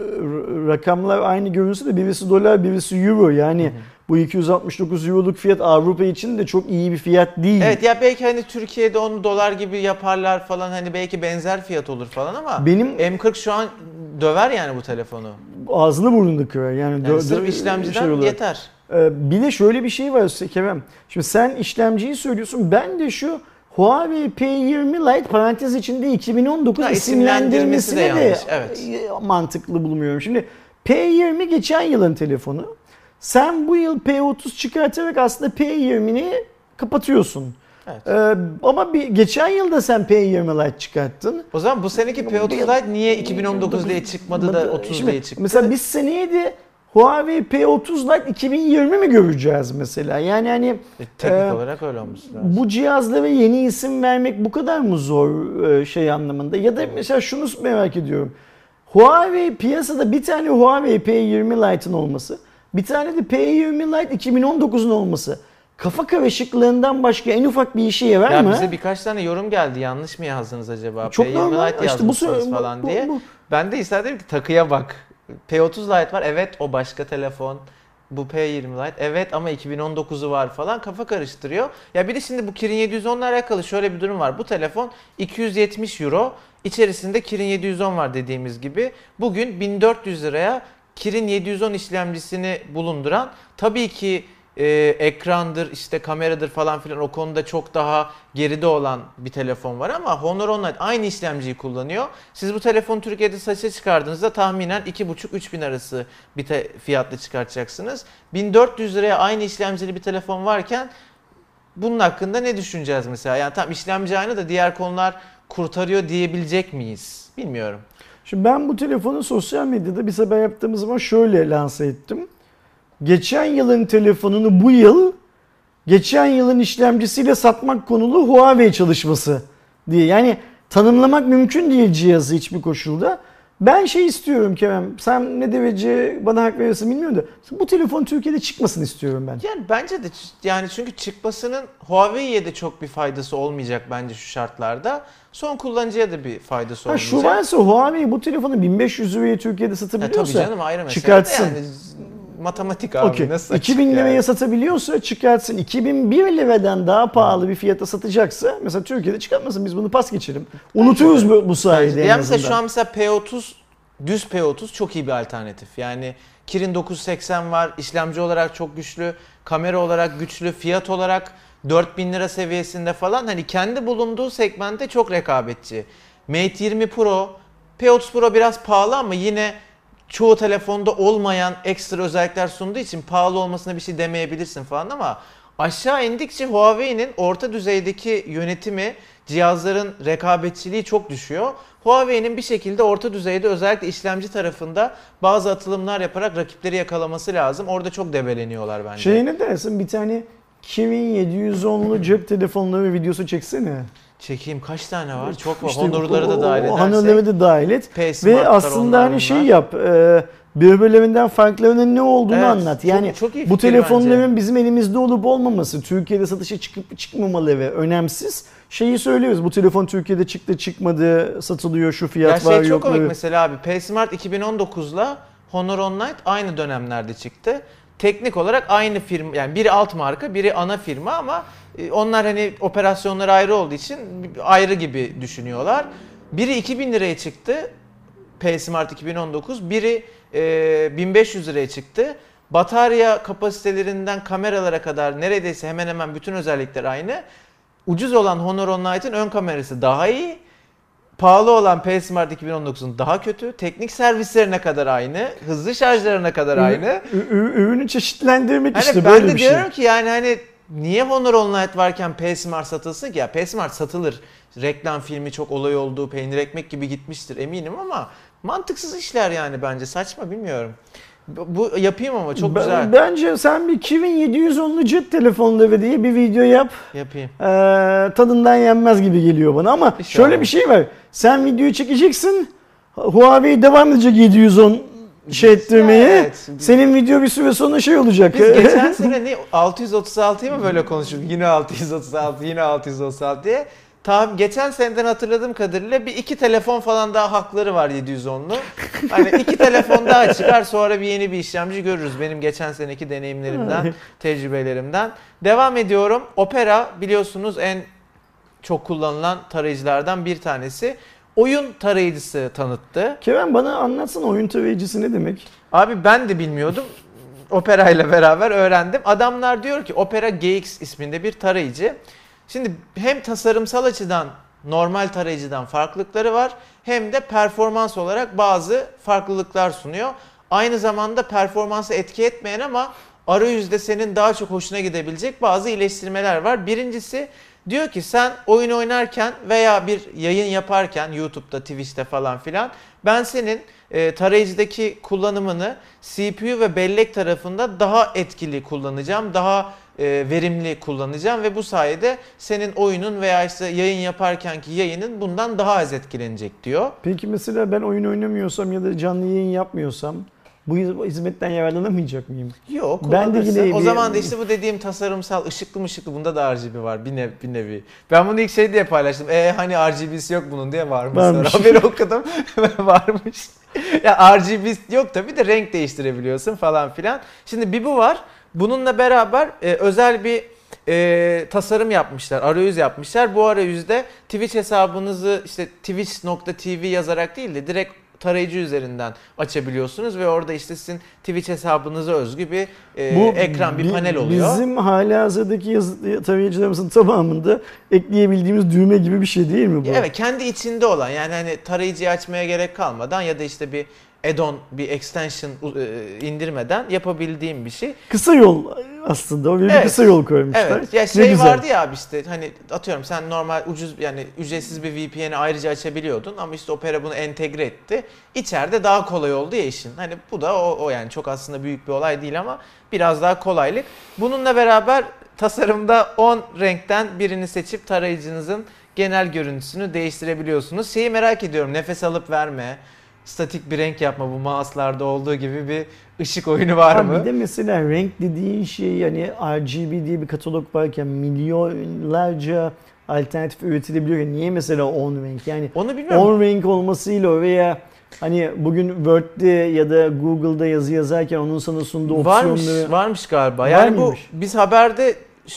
rakamlar aynı görünse de birisi dolar birisi euro yani bu 269 euroluk fiyat Avrupa için de çok iyi bir fiyat değil. Evet ya belki hani Türkiye'de onu dolar gibi yaparlar falan hani belki benzer fiyat olur falan ama benim M40 şu an döver yani bu telefonu. Ağzını burnunu kırar. Yani sırf işlemciden yeter. Bir de şöyle bir şey var Kerem. Şimdi sen işlemciyi söylüyorsun. Ben de şu Huawei P20 Lite parantez içinde 2019 isimlendirmesini de evet. Mantıklı bulmuyorum. Şimdi P20 geçen yılın telefonu. Sen bu yıl P30 çıkartarak aslında P20'ni kapatıyorsun. Evet. Ama geçen yılda sen P20 Lite çıkarttın. O zaman bu seneki P30 Lite niye 2019 diye çıkmadı da 30 diye çıktı? Mesela biz seneye de Huawei P30 Lite 2020 mi göreceğiz mesela? Yani hani teknik olarak öyle olması lazım. Bu cihazlara yeni isim vermek bu kadar mı zor şey anlamında? Ya da mesela şunu merak ediyorum. Huawei piyasada bir tane Huawei P20 Lite'ın olması, bir tane de P20 Lite 2019'un olması kafa karışıklığından başka en ufak bir işe yarar mı? Bize birkaç tane yorum geldi. Yanlış mı yazdınız acaba? Çok P20 normal. Lite yazmışsınız falan diye. Ben de istedim ki takıya bak. P30 Lite var. Evet o başka telefon. Bu P20 Lite. Evet ama 2019'u var falan. Kafa karıştırıyor. Ya bir de şimdi bu Kirin 710 ile alakalı şöyle bir durum var. Bu telefon 270 euro. İçerisinde Kirin 710 var dediğimiz gibi. Bugün 1400 liraya Kirin 710 işlemcisini bulunduran, tabii ki ekrandır, işte kameradır falan filan o konuda çok daha geride olan bir telefon var ama Honor Online aynı işlemciyi kullanıyor. Siz bu telefonu Türkiye'de satışa çıkardığınızda tahminen 2,5-3 bin arası bir fiyatla çıkartacaksınız. 1400 liraya aynı işlemcili bir telefon varken bunun hakkında ne düşüneceğiz mesela? Yani tam işlemci aynı da diğer konular kurtarıyor diyebilecek miyiz? Bilmiyorum. Şimdi ben bu telefonu sosyal medyada bir haber yaptığımız zaman şöyle lanse ettim. Geçen yılın telefonunu bu yıl geçen yılın işlemcisiyle satmak konulu Huawei çalışması diye. Yani tanımlamak mümkün değil cihazı hiçbir koşulda. Ben şey istiyorum Kerem, sen ne derece bana hak verirsin bilmiyorum da bu telefon Türkiye'de çıkmasını istiyorum ben. Yani bence de yani çünkü çıkmasının Huawei'ye de çok bir faydası olmayacak bence şu şartlarda. Son kullanıcıya da bir faydası olmayacak. Şu varsa Huawei bu telefonu 1500 liraya Türkiye'de satabiliyorsa tabii canım, ayrı mesele çıkartsın. Yani matematik abi okay. nasıl 2000 liraya yani? Satabiliyorsa çıkartsın. 2001 liradan daha pahalı bir fiyata satacaksa mesela Türkiye'de çıkartmasın, biz bunu pas geçelim. Unuturuz bu sayede en yani azından. mesela şu an mesela P30 düz P30 çok iyi bir alternatif. Yani Kirin 980 var, işlemci olarak çok güçlü, kamera olarak güçlü, fiyat olarak 4000 lira seviyesinde falan, hani kendi bulunduğu segmentte çok rekabetçi. Mate 20 Pro, P30 Pro biraz pahalı ama yine çoğu telefonda olmayan ekstra özellikler sunduğu için pahalı olmasına bir şey demeyebilirsin falan ama aşağı indikçe Huawei'nin orta düzeydeki yönetimi, cihazların rekabetçiliği çok düşüyor. Huawei'nin bir şekilde orta düzeyde özellikle işlemci tarafında bazı atılımlar yaparak rakipleri yakalaması lazım. Orada çok debeleniyorlar bence. Şey ne dersin, bir tane Kirin 710'lu cep telefonları videosu çeksene. Çekeyim, kaç tane var? Çok var. İşte Honor'ları da dahil edersek. Honor'ları da dahil et. Ve aslında hani şey yap. Birbirlerinden farklarının ne olduğunu anlat. Yani çok iyi bu telefonların bence bizim elimizde olup olmaması, Türkiye'de satışa çıkıp çıkmamaları önemsiz. Şeyi söylüyoruz. Bu telefon Türkiye'de çıktı, çıkmadı, satılıyor, şu fiyat var, çok yok. komik mesela abi. P-Smart 2019'la Honor Online aynı dönemlerde çıktı. Teknik olarak aynı firma, yani biri alt marka, biri ana firma ama onlar hani operasyonları ayrı olduğu için ayrı gibi düşünüyorlar. Biri 2000 liraya çıktı. P-Smart 2019. Biri 1500 liraya çıktı. Batarya kapasitelerinden kameralara kadar neredeyse hemen hemen bütün özellikler aynı. Ucuz olan Honor Online'ın ön kamerası daha iyi. Pahalı olan P-Smart 2019'un daha kötü. Teknik servislerine kadar aynı. Hızlı şarjlarına kadar aynı. Ürünü çeşitlendirmek hani işte böyle bir şey. Ben de diyorum ki yani hani niye Honor Online varken P-Smart satılsın ki? Ya P-Smart satılır. Reklam filmi çok olay olduğu, peynir ekmek gibi gitmiştir eminim ama mantıksız işler yani bence. Saçma, bilmiyorum. Bu yapayım ama çok güzel. Bence sen bir Kirin 710'lu cep telefonları diye bir video yap. Yapayım. Tadından yenmez gibi geliyor bana ama İnşallah. şöyle bir şey var. Sen videoyu çekeceksin. Huawei devam edecek 710 ettirmeye. Evet. Senin video bir süre sonra olacak. Biz geçen sene 636'yı mı böyle konuştuk? Yine 636, yine 636 diye. Geçen seneden hatırladığım kadarıyla bir iki telefon falan daha hakları var 710'lu. Hani iki telefon daha çıkar, sonra bir yeni bir işlemci görürüz. Benim geçen seneki deneyimlerimden, tecrübelerimden. Devam ediyorum. Opera biliyorsunuz en çok kullanılan tarayıcılardan bir tanesi. Oyun tarayıcısı tanıttı. Kerem bana anlatsana, oyun tarayıcısı ne demek? Abi ben de bilmiyordum. Opera ile beraber öğrendim. Adamlar diyor ki Opera GX isminde bir tarayıcı. Şimdi hem tasarımsal açıdan normal tarayıcıdan farklılıkları var, hem de performans olarak bazı farklılıklar sunuyor. Aynı zamanda performansı etki etmeyen ama arayüzde senin daha çok hoşuna gidebilecek bazı iyileştirmeler var. Birincisi diyor ki sen oyun oynarken veya bir yayın yaparken YouTube'da, Twitch'te falan filan ben senin tarayıcıdaki kullanımını CPU ve bellek tarafında daha etkili kullanacağım, daha verimli kullanacağım ve bu sayede senin oyunun veya işte yayın yaparkenki yayının bundan daha az etkilenecek diyor. Peki mesela ben oyun oynamıyorsam ya da canlı yayın yapmıyorsam bu hizmetten yararlanamayacak mıyım? Yok. Ben de yine o zaman da işte bu dediğim tasarımsal ışıklı bunda da RGB var bir nevi. Ben bunu ilk şey diye paylaştım. Hani RGB'si yok bunun diye varmış. Haberi okudum. Varmış. Ya RGB yok tabii de renk değiştirebiliyorsun falan filan. Şimdi bir bu var. Bununla beraber özel bir tasarım yapmışlar, arayüz yapmışlar. Bu arayüzde Twitch hesabınızı işte twitch.tv yazarak değil de direkt tarayıcı üzerinden açabiliyorsunuz ve orada işte sizin Twitch hesabınıza özgü bir ekran, bir panel oluyor. Bizim halihazırdaki tarayıcılarımızın tamamında ekleyebildiğimiz düğme gibi bir şey değil mi bu? Evet, kendi içinde olan, yani hani tarayıcıyı açmaya gerek kalmadan ya da işte bir add-on, bir extension indirmeden yapabildiğim bir şey. Kısa yol aslında. O bir kısa yol koymuşlar. Evet. Ya şey vardı ya abi, işte hani atıyorum sen normal ucuz, yani ücretsiz bir VPN'i ayrıca açabiliyordun ama işte Opera bunu entegre etti. İçeride daha kolay oldu ya işin. Hani bu da o yani çok aslında büyük bir olay değil ama biraz daha kolaylık. Bununla beraber tasarımda 10 renkten birini seçip tarayıcınızın genel görüntüsünü değiştirebiliyorsunuz. Şeyi merak ediyorum, nefes alıp verme, statik bir renk yapma, bu mouse'larda olduğu gibi bir ışık oyunu var mı? Bir de mesela renk dediğin şey, hani RGB diye bir katalog varken milyonlarca alternatif üretilebiliyor. Niye mesela 10 renk? Yani onu bilmiyorum. 10 renk olmasıyla veya hani bugün Word'de ya da Google'da yazı yazarken onun sana sunduğu opsiyonları... Varmış galiba. Yani bu biz haberde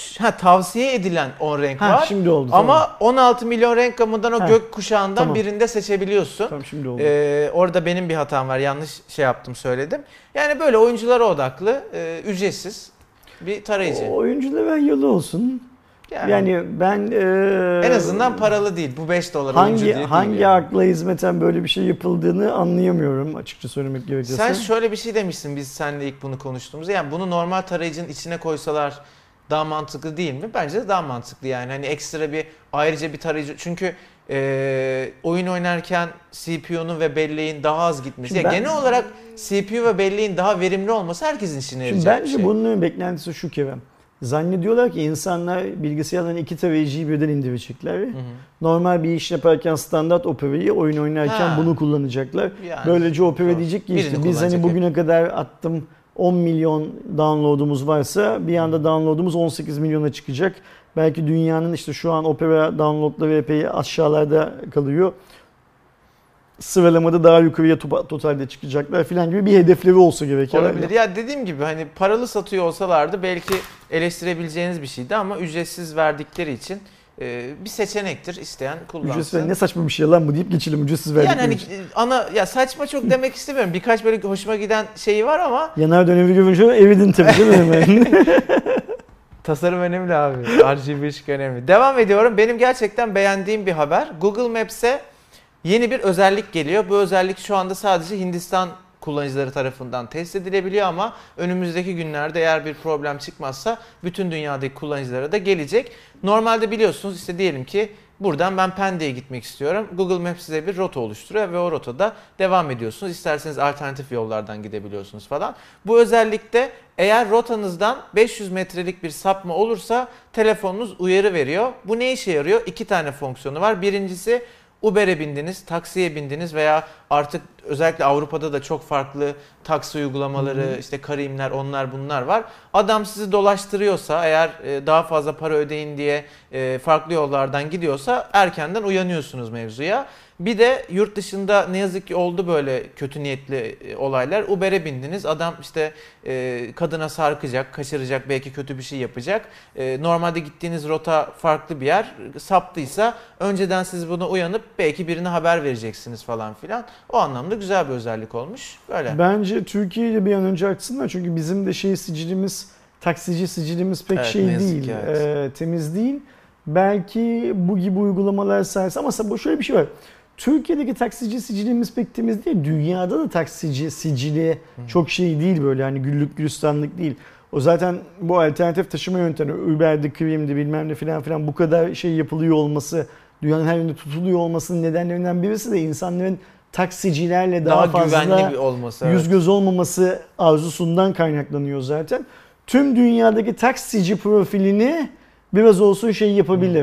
tavsiye edilen 10 renk var. Şimdi oldu. Ama tamam. 16 milyon renk gamından o gökkuşağından birinde seçebiliyorsun. Tamam, şimdi oldu. Orada benim bir hatam var. Yanlış şey yaptım, söyledim. Yani böyle oyunculara odaklı, ücretsiz bir tarayıcı. Oyunculara hayırlı olsun. Yani ben... en azından paralı değil. Bu 5 dolar oyuncu diye değil. Hangi akla hizmeten böyle bir şey yapıldığını anlayamıyorum, açıkça söylemek gerekirse. Sen şöyle bir şey demişsin biz seninle ilk bunu konuştuğumuzda. Yani bunu normal tarayıcının içine koysalar daha mantıklı değil mi? Bence de daha mantıklı yani. Hani ekstra bir ayrıca bir tarayıcı. Çünkü oyun oynarken CPU'nun ve belleğin daha az gitmesi. Yani genel olarak CPU ve belleğin daha verimli olması herkesin işine yarayacak bir şey. Bence bunun beklentisi şu Kerem. Zannediyorlar ki insanlar bilgisayardan 2 tarayıcıyı birden indirecekler. Normal bir iş yaparken standart Opera'yı, oyun oynarken bunu kullanacaklar. Yani, böylece Opera diyecek ki işte biz hani bugüne kadar attım 10 milyon download'umuz varsa bir anda download'umuz 18 milyona çıkacak. Belki dünyanın işte şu an Opera download'ları epey aşağılarda kalıyor. Sıralamada daha yukarıya totalde çıkacaklar falan gibi bir hedefleri olsa gerek. Olabilir. Ya dediğim gibi hani paralı satıyor olsalardı belki eleştirebileceğiniz bir şeydi ama ücretsiz verdikleri için bir seçenektir. İsteyen kullansın. Ücretsiz, ne saçma bir şey lan bu deyip geçelim ücretsiz verdikleri için. Yani hani saçma çok demek istemiyorum. Birkaç böyle hoşuma giden şeyi var ama. Yanar dönemi görünce evidin tabii değil mi? Tasarım önemli abi. RGB ışık önemli. Devam ediyorum. Benim gerçekten beğendiğim bir haber. Google Maps'e yeni bir özellik geliyor. Bu özellik şu anda sadece Hindistan kullanıcıları tarafından test edilebiliyor ama önümüzdeki günlerde eğer bir problem çıkmazsa bütün dünyadaki kullanıcılara da gelecek. Normalde biliyorsunuz işte diyelim ki Buradan ben Pendik'e gitmek istiyorum. Google Maps size bir rota oluşturuyor ve o rotada devam ediyorsunuz. İsterseniz alternatif yollardan gidebiliyorsunuz falan. Bu özellikle eğer rotanızdan 500 metrelik bir sapma olursa telefonunuz uyarı veriyor. Bu ne işe yarıyor? 2 tane fonksiyonu var. Birincisi Uber'e bindiniz, taksiye bindiniz veya artık özellikle Avrupa'da da çok farklı taksi uygulamaları, işte Karimler, onlar bunlar var. Adam sizi dolaştırıyorsa, eğer daha fazla para ödeyin diye farklı yollardan gidiyorsa erkenden uyanıyorsunuz mevzuya. Bir de yurt dışında ne yazık ki oldu böyle kötü niyetli olaylar. Uber'e bindiniz, adam işte kadına sarkacak, kaçıracak, belki kötü bir şey yapacak. Normalde gittiğiniz rota farklı bir yer, saptıysa önceden siz buna uyanıp belki birine haber vereceksiniz falan filan. O anlamda güzel bir özellik olmuş. Böyle. Bence Türkiye'yle bir an önce açsınlar çünkü bizim de sicilimiz, taksici sicilimiz pek değil, temiz değil. Belki bu gibi uygulamalar sayesinde ama şöyle bir şey var. Türkiye'deki taksici sicilimiz pek temiz değil. Dünyada da taksici sicili çok değil böyle hani güllük gülistanlık değil. O zaten bu alternatif taşıma yöntemi Uber'de, Careem'de bilmem ne filan bu kadar yapılıyor olması, dünyanın her yerinde tutuluyor olmasının nedenlerinden birisi de insanların taksicilerle daha fazla güvenli olması, yüz göz olmaması arzusundan kaynaklanıyor zaten. Tüm dünyadaki taksici profilini biraz olsun yapabilir.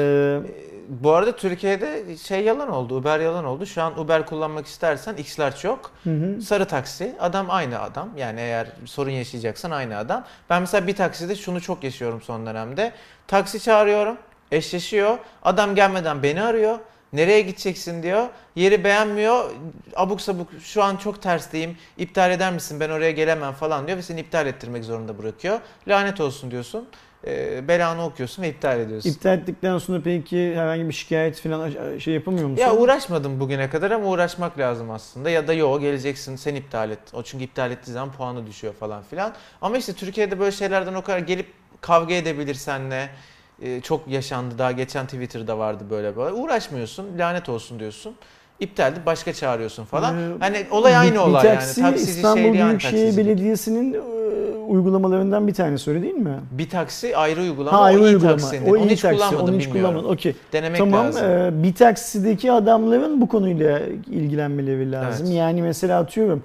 Bu arada Türkiye'de yalan oldu, Uber yalan oldu. Şu an Uber kullanmak istersen X'ler çok. Sarı taksi, adam aynı adam. Yani eğer sorun yaşayacaksan aynı adam. Ben mesela bir takside şunu çok yaşıyorum son dönemde. Taksi çağırıyorum, eşleşiyor. Adam gelmeden beni arıyor. Nereye gideceksin diyor. Yeri beğenmiyor. Abuk sabuk şu an çok tersteyim. İptal eder misin? Ben oraya gelemem falan diyor ve seni iptal ettirmek zorunda bırakıyor. Lanet olsun diyorsun. Belanı okuyorsun ve iptal ediyorsun. İptal ettikten sonra peki herhangi bir şikayet falan yapamıyor musun? Ya uğraşmadım bugüne kadar ama uğraşmak lazım aslında. Ya da geleceksin sen iptal et. O çünkü iptal ettiği zaman puanı düşüyor falan filan. Ama işte Türkiye'de böyle şeylerden o kadar gelip kavga edebilir seninle. Çok yaşandı. Daha geçen Twitter'da vardı böyle. Uğraşmıyorsun. Lanet olsun diyorsun. İptal edip başka çağırıyorsun falan. Hani olay aynı olay yani. Taksici İstanbul Büyükşehir Belediyesi'nin uygulamalarından bir tanesi öyle değil mi? Bir taksi ayrı uygulama. Ayrı uygulama. Taksinin. Onu hiç kullanmadım, bilmiyorum. Okay. Denemek tamam, lazım. Bir taksideki adamların bu konuyla ilgilenmeleri lazım. Evet. Yani mesela atıyorum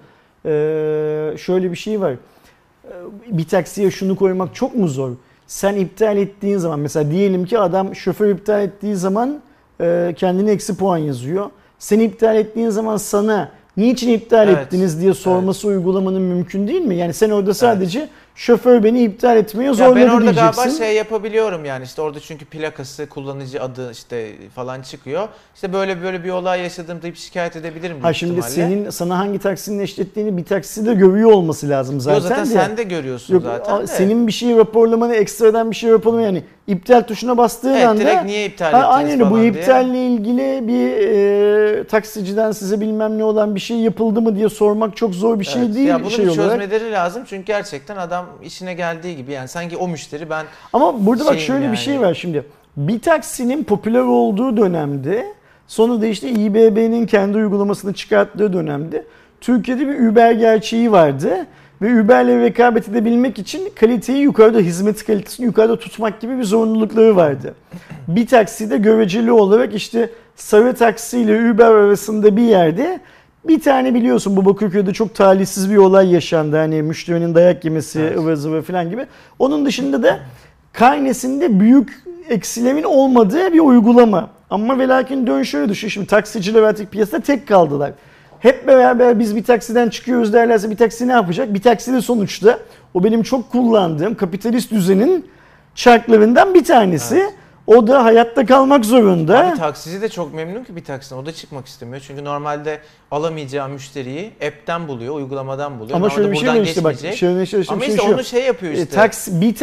şöyle bir şey var. Bir taksiye şunu koymak çok mu zor? Sen iptal ettiğin zaman mesela diyelim ki adam şoför iptal ettiği zaman kendine eksi puan yazıyor. Sen iptal ettiğin zaman sana niçin iptal ettiniz diye sorması uygulamanın mümkün değil mi? Yani sen orada sadece şoför beni iptal etmeye zorladı diyeceksin. Ben orada galiba yapabiliyorum yani işte orada çünkü plakası, kullanıcı adı işte falan çıkıyor. İşte böyle bir olay yaşadım deyip şikayet edebilirim büyük şimdi ihtimalle. sana hangi taksinin eşlettiğini bir taksi de görüyor olması lazım zaten. Zaten sen de görüyorsun zaten de. Senin bir şey raporlamanı, ekstradan bir şey raporlamanı yani iptal tuşuna bastığın anda. Direkt niye iptal ettiniz aynen falan bu diye. iptalle ilgili bir taksiciden size bilmem ne olan bir şey yapıldı mı diye sormak çok zor bir şey değil. Ya bunu çözmeleri lazım çünkü gerçekten adam işine geldiği gibi yani sanki o müşteri ben. Ama burada bak şöyle bir şey var şimdi. Bir taksinin popüler olduğu dönemde sonra da işte İBB'nin kendi uygulamasını çıkarttığı dönemde Türkiye'de bir Uber gerçeği vardı. Ve Uber'le rekabet edebilmek için kaliteyi yukarıda, hizmet kalitesini yukarıda tutmak gibi bir zorunlulukları vardı. Bir takside göreceli olarak işte sarı taksi ile Uber arasında bir yerde bir tane biliyorsun bu Bakırköy'de çok talihsiz bir olay yaşandı. Hani müşterinin dayak yemesi ıvır zıvır falan gibi. Onun dışında da karnesinde büyük eksilemin olmadığı bir uygulama. Ama ve lakin dön şöyle düşün. Şimdi taksiciler artık piyasada tek kaldılar. Hep beraber biz bir taksiden çıkıyoruz derlerse bir taksi ne yapacak? Bir taksi de sonuçta o benim çok kullandığım kapitalist düzenin çarklarından bir tanesi. Evet. O da hayatta kalmak zorunda. Abi taksici de çok memnun ki bir taksiden. O da çıkmak istemiyor. Çünkü normalde alamayacağı müşteriyi app'ten buluyor, uygulamadan buluyor. Ama şöyle bir şey var işte bak. Ama işte onu yapıyor işte. Bir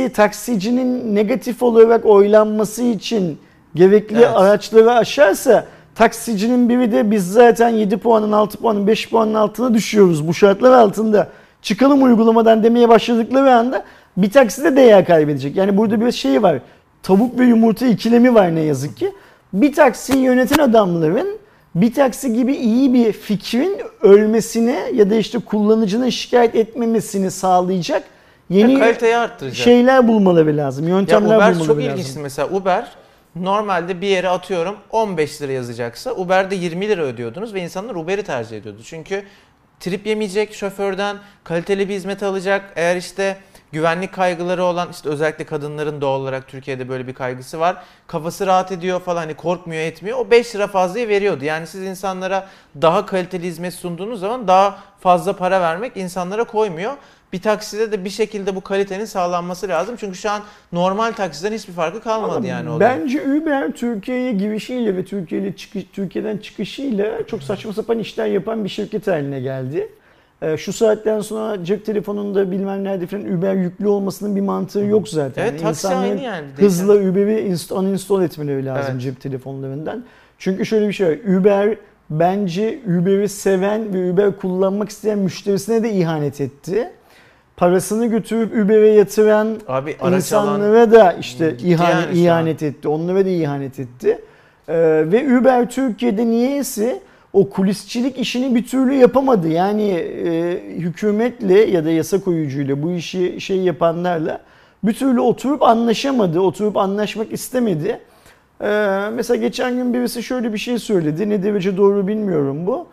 taksicinin negatif olarak oylanması için gerekli araçları aşarsa taksicinin biri de biz zaten 7 puanın, 6 puanın, 5 puanın altına düşüyoruz bu şartlar altında. Çıkalım uygulamadan demeye başladıkları anda bir taksi de değer kaybedecek. Yani burada bir şey var. Tavuk ve yumurta ikilemi var ne yazık ki. Bir taksiyi yöneten adamların bir taksi gibi iyi bir fikrin ölmesine ya da işte kullanıcının şikayet etmemesini sağlayacak yeni kaliteyi arttıracak şeyler bulmaları lazım. Yöntemler bulmaları lazım. Uber çok ilginçti mesela. Uber Normalde bir yere atıyorum 15 lira yazacaksa Uber'de 20 lira ödüyordunuz ve insanlar Uber'i tercih ediyordu. Çünkü trip yemeyecek şoförden, kaliteli bir hizmet alacak. Eğer işte güvenlik kaygıları olan, işte özellikle kadınların doğal olarak Türkiye'de böyle bir kaygısı var. Kafası rahat ediyor falan, hani korkmuyor etmiyor. O 5 lira fazlayı veriyordu. Yani siz insanlara daha kaliteli hizmet sunduğunuz zaman daha fazla para vermek insanlara koymuyor. Bir takside de bir şekilde bu kalitenin sağlanması lazım. Çünkü şu an normal taksiden hiçbir farkı kalmadı. Ama yani olayın. Bence Uber Türkiye'ye girişiyle ve Türkiye'den çıkışıyla çok saçma sapan işler yapan bir şirket haline geldi. Şu saatten sonra cep telefonunda bilmem nerede falan Uber yüklü olmasının bir mantığı yok zaten. Evet, taksi aynı yani. Hızla Uber'i uninstall etmeleri lazım cep telefonlarından. Çünkü şöyle bir şey var. Uber bence Uber'i seven ve Uber kullanmak isteyen müşterisine de ihanet etti. Parasını götürüp Uber'e yatıran insanlara da işte ihanet etti. Onlara da ihanet etti. Ve Uber Türkiye'de niyeyse o kulisçilik işini bir türlü yapamadı. Yani hükümetle ya da yasa koyucuyla bu işi yapanlarla bir türlü oturup anlaşamadı. Oturup anlaşmak istemedi. Mesela geçen gün birisi şöyle bir şey söyledi. Ne derece doğru bilmiyorum bu.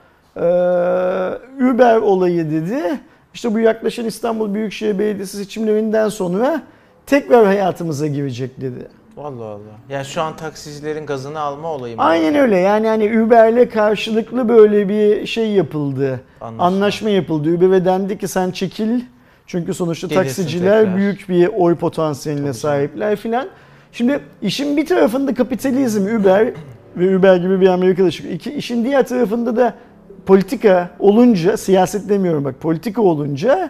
Uber olayı dedi. İşte bu yaklaşan İstanbul Büyükşehir Belediyesi seçimlerinden sonra tekrar hayatımıza girecek dedi. Allah Allah. Yani şu an taksicilerin gazını alma olayı mı? Aynen öyle. Yani Uber'le karşılıklı böyle bir şey yapıldı. Anlaşma yapıldı. Uber'e dendi ki sen çekil. Çünkü sonuçta gelirsin taksiciler tekrar. Büyük bir oy potansiyeline sahipler filan. Şimdi işin bir tarafında kapitalizm, Uber ve Uber gibi bir Amerika'da çıkıyor. İşin diğer tarafında da politika olunca, siyaset demiyorum bak, politika olunca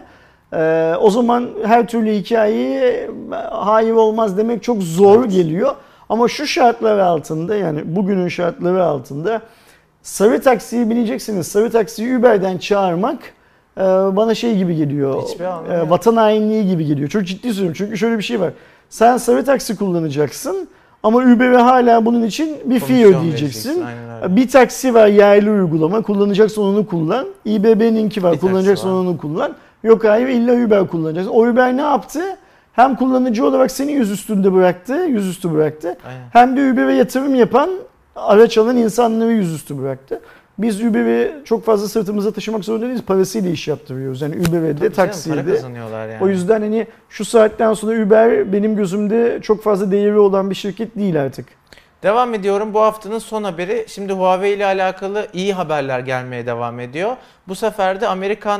o zaman her türlü hikayeyi hayır olmaz demek çok zor geliyor. Ama şu şartlar altında, yani bugünün şartları altında sarı taksiye bineceksiniz. Sarı taksiyi Uber'den çağırmak bana şey gibi geliyor. Vatan hainliği gibi geliyor. Çok ciddi söylüyorum. Çünkü şöyle bir şey var. Sen sarı taksi kullanacaksın ama Uber'e hala bunun için bir fee ödeyeceksin. Bir taksi var, yerli uygulama. Kullanacaksın, onu kullan. İBB'ninki var. Kullanacaksın, onu kullan. Yok hayır, illa Uber kullanacaksın. O Uber ne yaptı? Hem kullanıcı olarak seni yüzüstü bıraktı. Aynen. Hem de Uber'e yatırım yapan, araç alan insanları yüzüstü bıraktı. Biz Uber'i çok fazla sırtımıza taşımak zorunda değiliz. Parasıyla iş yaptırıyoruz. Yani Uber'e de, taksiye de. Yani. O yüzden hani şu saatten sonra Uber benim gözümde çok fazla değeri olan bir şirket değil artık. Devam ediyorum. Bu haftanın son haberi. Şimdi Huawei ile alakalı iyi haberler gelmeye devam ediyor. Bu sefer de Amerikan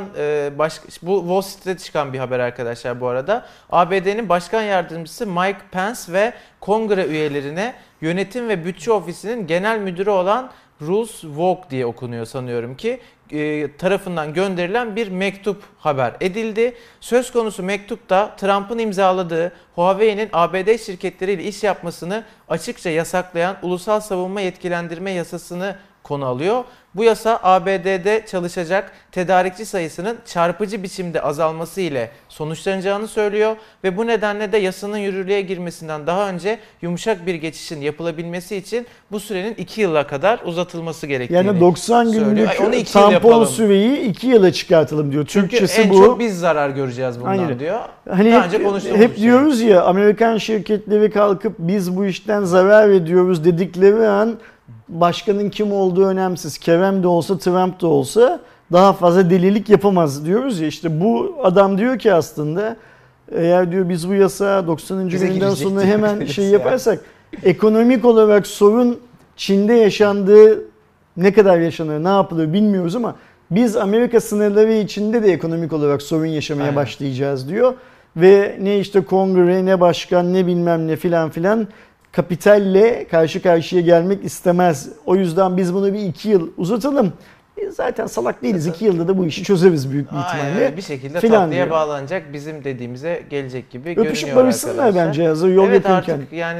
bu Wall Street'te çıkan bir haber arkadaşlar bu arada. ABD'nin başkan yardımcısı Mike Pence ve kongre üyelerine yönetim ve bütçe ofisinin genel müdürü olan Russ Vought diye okunuyor sanıyorum ki tarafından gönderilen bir mektup haber edildi. Söz konusu mektupta Trump'ın imzaladığı Huawei'nin ABD şirketleriyle iş yapmasını açıkça yasaklayan Ulusal Savunma Yetkilendirme Yasasını konu alıyor. Bu yasa ABD'de çalışacak tedarikçi sayısının çarpıcı biçimde azalması ile sonuçlanacağını söylüyor ve bu nedenle de yasanın yürürlüğe girmesinden daha önce yumuşak bir geçişin yapılabilmesi için bu sürenin 2 yıla kadar uzatılması gerektiğini söylüyor. Yani 90 günlük tampon süreyi 2 yıla çıkartalım diyor. Çünkü Türkçesi en bu. çok biz zarar göreceğiz bundan diyor. Hani hep diyoruz ya, Amerikan şirketleri kalkıp biz bu işten zarar ediyoruz dedikleri an başkanın kim olduğu önemsiz. Kerem de olsa, Trump da olsa daha fazla delilik yapamaz diyoruz ya. İşte bu adam diyor ki aslında eğer diyor biz bu yasa 90. günden sonra hemen yaparsak ekonomik olarak sorun Çin'de yaşandığı ne kadar yaşanır, ne yapılır bilmiyoruz ama biz Amerika sınırları içinde de ekonomik olarak sorun yaşamaya başlayacağız diyor. Ve ne işte kongre, ne başkan, ne bilmem ne filan kapitalle karşı karşıya gelmek istemez. O yüzden biz bunu bir 2 yıl uzatalım. Biz zaten salak değiliz. 2 yılda da bu işi çözeriz büyük bir ihtimalle. Bir şekilde tatlıya diyor. Bağlanacak, bizim dediğimize gelecek gibi görünüyor arkadaşlar. Öpüşüp barışsınlar bence hazır yol yakınken. Artık yani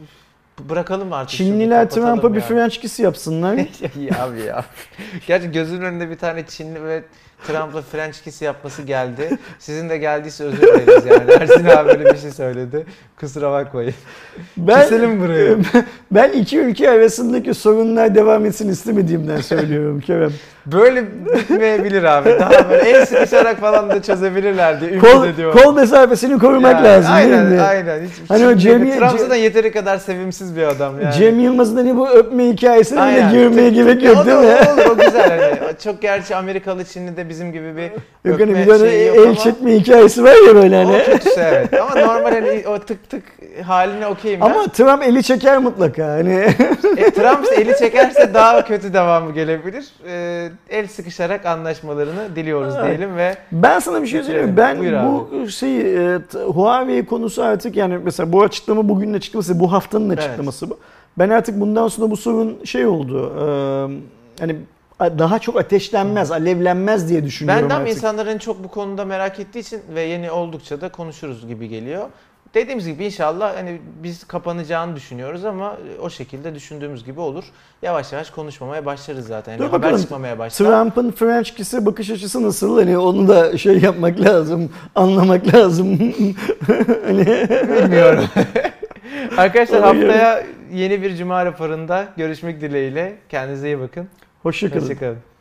bırakalım artık. Çinliler Trump'a bir French kiss yapsınlar. Abi ya. Gerçi gözümün önünde bir tane Çinli ve Trump'la French kiss yapması geldi. Sizin de geldiyse özür dileriz yani. Ersin abi böyle bir şey söyledi. Kusura bakmayın. Keselim burayı. Ben iki ülke arasındaki sorunlar devam etsin istemediğimden söylüyorum Kerem. Böyle bitmeyebilir abi. Daha böyle el sıkışarak falan da çözebilirler diye ümit ediyorum. Kol mesafesini korumak lazım aynen, değil mi? Aynen. Hani o Trump zaten yeteri kadar sevimsiz tipsiz bir adam yani. Cem Yılmaz'ın hani bu öpme hikayesine bile Aynen. girmeye gerek Ya yok değil mi? O olur, o güzel. Hani çok gerçi Amerikalı Çinli de bizim gibi bir Yok hani öpme bir tane şeyi yok el ama çekme hikayesi var ya böyle hani. o kötüsü evet. Ama normal hani o tık tık haline okeyim ben. Ama Trump eli çeker mutlaka hani. Trump eli çekerse daha kötü devamı gelebilir. El sıkışarak anlaşmalarını diliyoruz diyelim ve Ben sana bir şey söyleyeyim mi? Ben Buyur bu Huawei konusu artık yani mesela bu açıklama bugünün açıklaması, bu haftanın açıklaması bu. Ben artık bundan sonra bu sorun şey oldu. Hani daha çok ateşlenmez, alevlenmez diye düşünüyorum benden artık. insanların çok bu konuda merak ettiği için ve yeni oldukça da konuşuruz gibi geliyor. Dediğimiz gibi inşallah hani biz kapanacağını düşünüyoruz ama o şekilde düşündüğümüz gibi olur. Yavaş yavaş konuşmamaya başlarız zaten. Yani Dur haber bakalım, çıkmamaya başlar. Trump'ın French kiss'e bakış açısı nasıl? Hani onu da şey yapmak lazım, anlamak lazım. Hani... Bilmiyorum. Arkadaşlar haftaya yeni bir Cuma raporunda görüşmek dileğiyle. Kendinize iyi bakın. Hoşça kalın. Hoşça kalın.